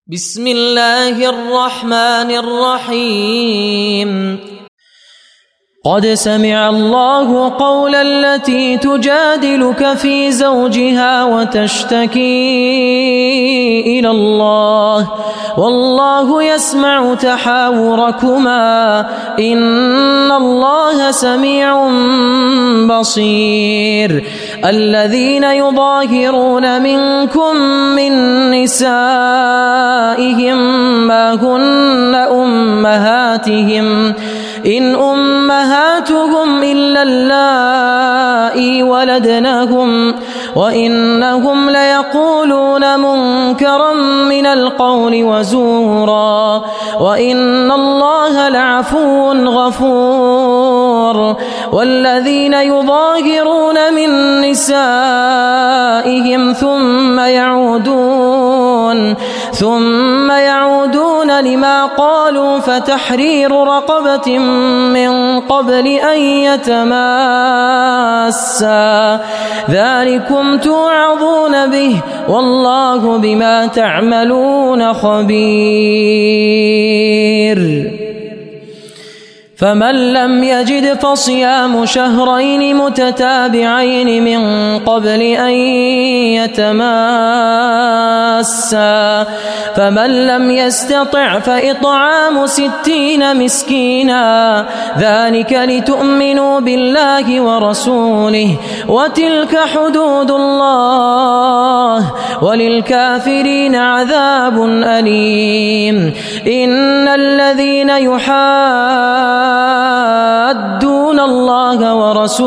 بسم الله الرحمن الرحيم قد سمع الله قول التي تجادلك في زوجها وتشتكي إلى الله والله يسمع تحاوركما إن الله سميع بصير الذين يظاهرون منكم من نسائهم ما هن أمهاتهم إن أمهاتهم إلا اللائي ولدنهم وإنهم ليقولون منكرا من القول وزورا وإن الله لعفو غفور والذين يظاهرون من نسائهم ثم يعودون لما قالوا فتحرير رقبة من قبل أن يتماسا ذلكم توعظون به والله بما تعملون خبير فمن لم يجد فصيام شهرين متتابعين من قبل أن يتماسا فمن لم يستطع فإطعام 60 مسكينا ذلك لتؤمنوا بالله ورسوله وتلك حدود الله وللكافرين عذاب أليم إن الذين يحادون الله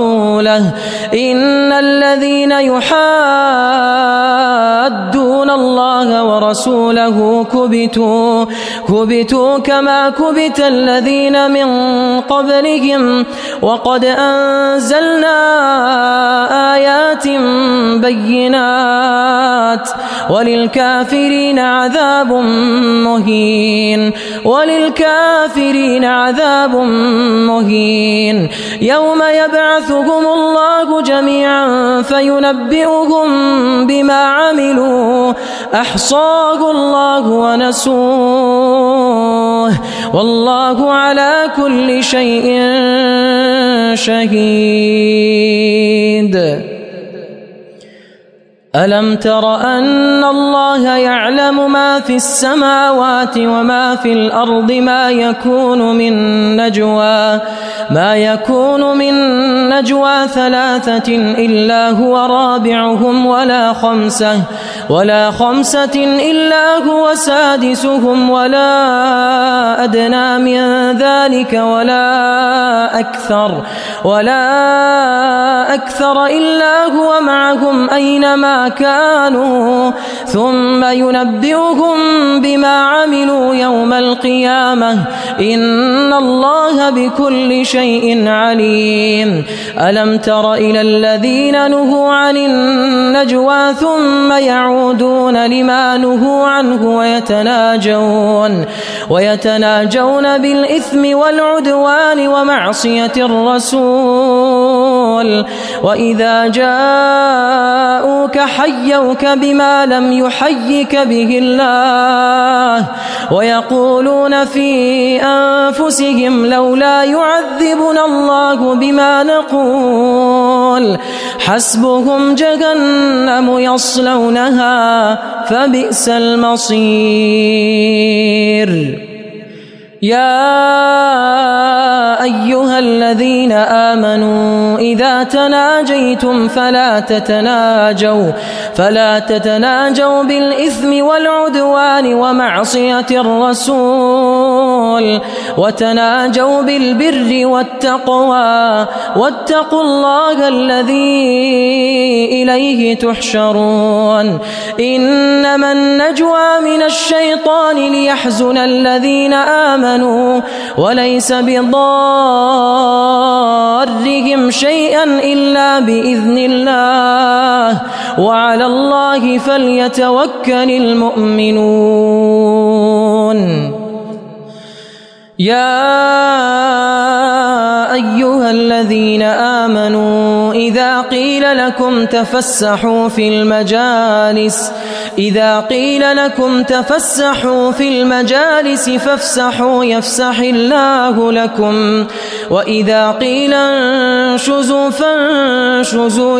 ورسوله كبتوا كما كبت الذين من قبلهم وقد أنزلنا آيات بينات وللكافرين عذاب مهين يوم يبعثهم الله جميعا فينبئهم بما عملوا أحصاه الله ونسوه والله على كل شيء شهيد ألم تر أن الله يعلم ما في السماوات وما في الأرض ما يكون من نجوى 3 إلا هو رابعهم ولا خمسة إلا هو سادسهم ولا أدنى من ذلك ولا أكثر إلا هو معهم أينما كانوا ثم ينبئهم بما عملوا يوم القيامة إن الله بكل شيء عليم ألم تر إلى الذين نهوا عن النجوى ثم يعودون لما نهوا عنه ويتناجون بالإثم والعدوان ومعصية الرسول وإذا جاءوك حيوك بما لم يحيك به الله ويقولون في أنفسهم لولا يعذبنا الله بما نقول حسبهم جهنم يصلونها فبئس المصير يا أيها الذين آمنوا إذا تناجيتم فلا تتناجوا بالإثم والعدوان ومعصية الرسول وتناجوا بالبر والتقوى واتقوا الله الذي إليه تحشرون إنما النجوى من الشيطان ليحزن الذين آمنوا وليس بضارهم شيئا إلا بإذن الله وعلى الله فليتوكل المؤمنون يا أيها الذين آمنوا إذا قيل لكم تفسحوا في المجالس إذا قيل لكم تفسحوا في المجالس فافسحوا يفسح الله لكم وإذا قيل انشزوا فانشزوا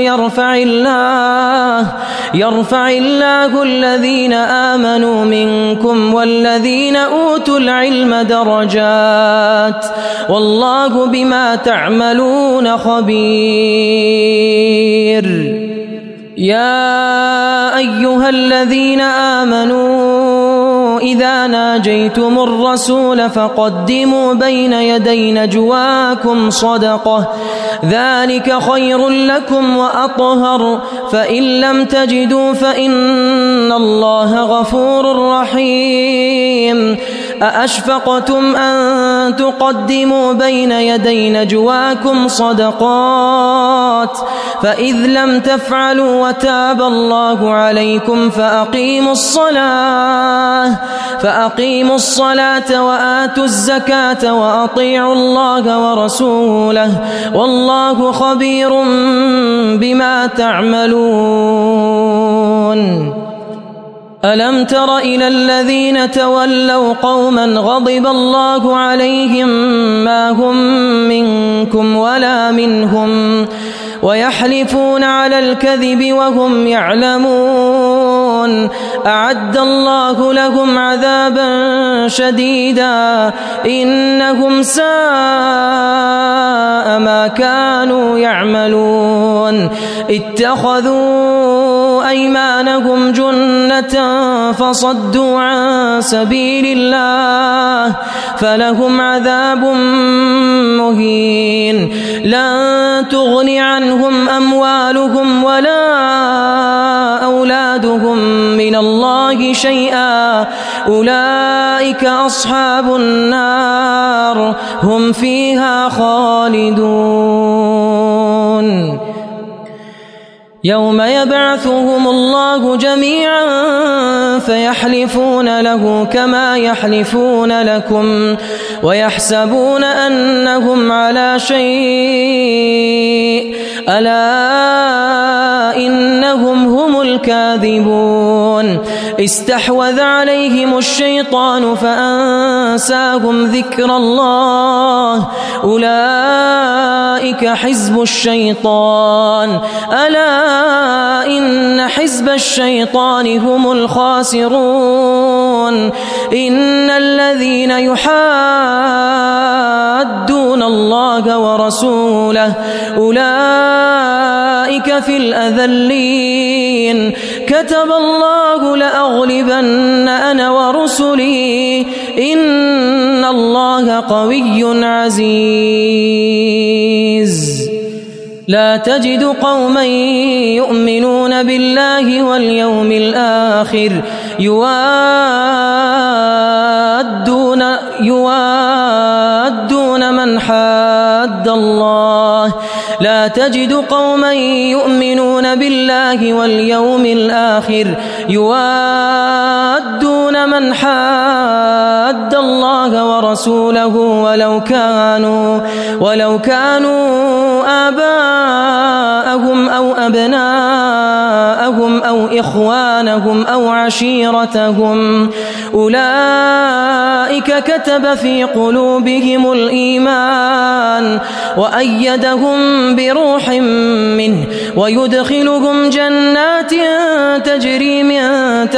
يرفع الله الذين آمنوا منكم والذين أوتوا العلم درجات والله بما تعملون خبير. يا أيها الذين آمنوا إذا ناجيتم الرسول فقدموا بين يدي نجواكم صدقة ذلك خير لكم وأطهر فإن لم تجدوا فإن الله غفور رحيم. أأشفقتم أن تقدموا بين يدي نجواكم صدقات فإذ لم تفعلوا وتاب الله عليكم فأقيموا الصلاة وآتوا الزكاة وأطيعوا الله ورسوله والله خبير بما تعملون. ألم تر إلى الذين تولوا قوما غضب الله عليهم ما هم منكم ولا منهم ويحلفون على الكذب وهم يعلمون أعد الله لهم عذابا شديدا إنهم ساء ما كانوا يعملون اتخذوا أيمانهم جنة فصدوا عن سبيل الله فلهم عذاب مهين لن تغني عنهم أموالهم ولا أولادهم من الله شيئا أولئك أصحاب النار هم فيها خالدون. يوم يبعثهم الله جميعا فيحلفون له كما يحلفون لكم ويحسبون أنهم على شيء ألا إنهم هم الكاذبون. استحوذ عليهم الشيطان فأنساهم ذكر الله أولئك حزب الشيطان ألا إن حزب الشيطان هم الخاسرون. إن الذين يحادون الله ورسوله أولئك في الأذلين كتب الله لأغلبن أنا ورسلي إن الله قوي عزيز. لا تجد قوما يؤمنون بالله واليوم الآخر يوادون من حاد الله لا تجد قوما يؤمنون بالله واليوم الآخر يوادون من حاد الله ورسوله ولو كانوا آباءهم أو أبناءهم أو إخوانهم أو عشيرتهم أولئك كتب في قلوبهم الإيمان وأيدهم بروح منه ويدخلهم جنات تجري من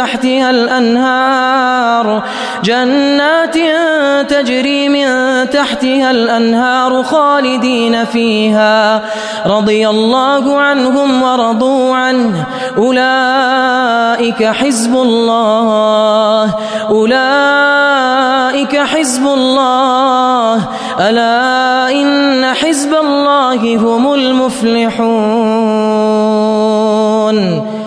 تحتها الأنهار خالدين فيها رضي الله عنهم ورضوا عنه أولئك حزب الله ألا إن حزب الله هم المفلحون.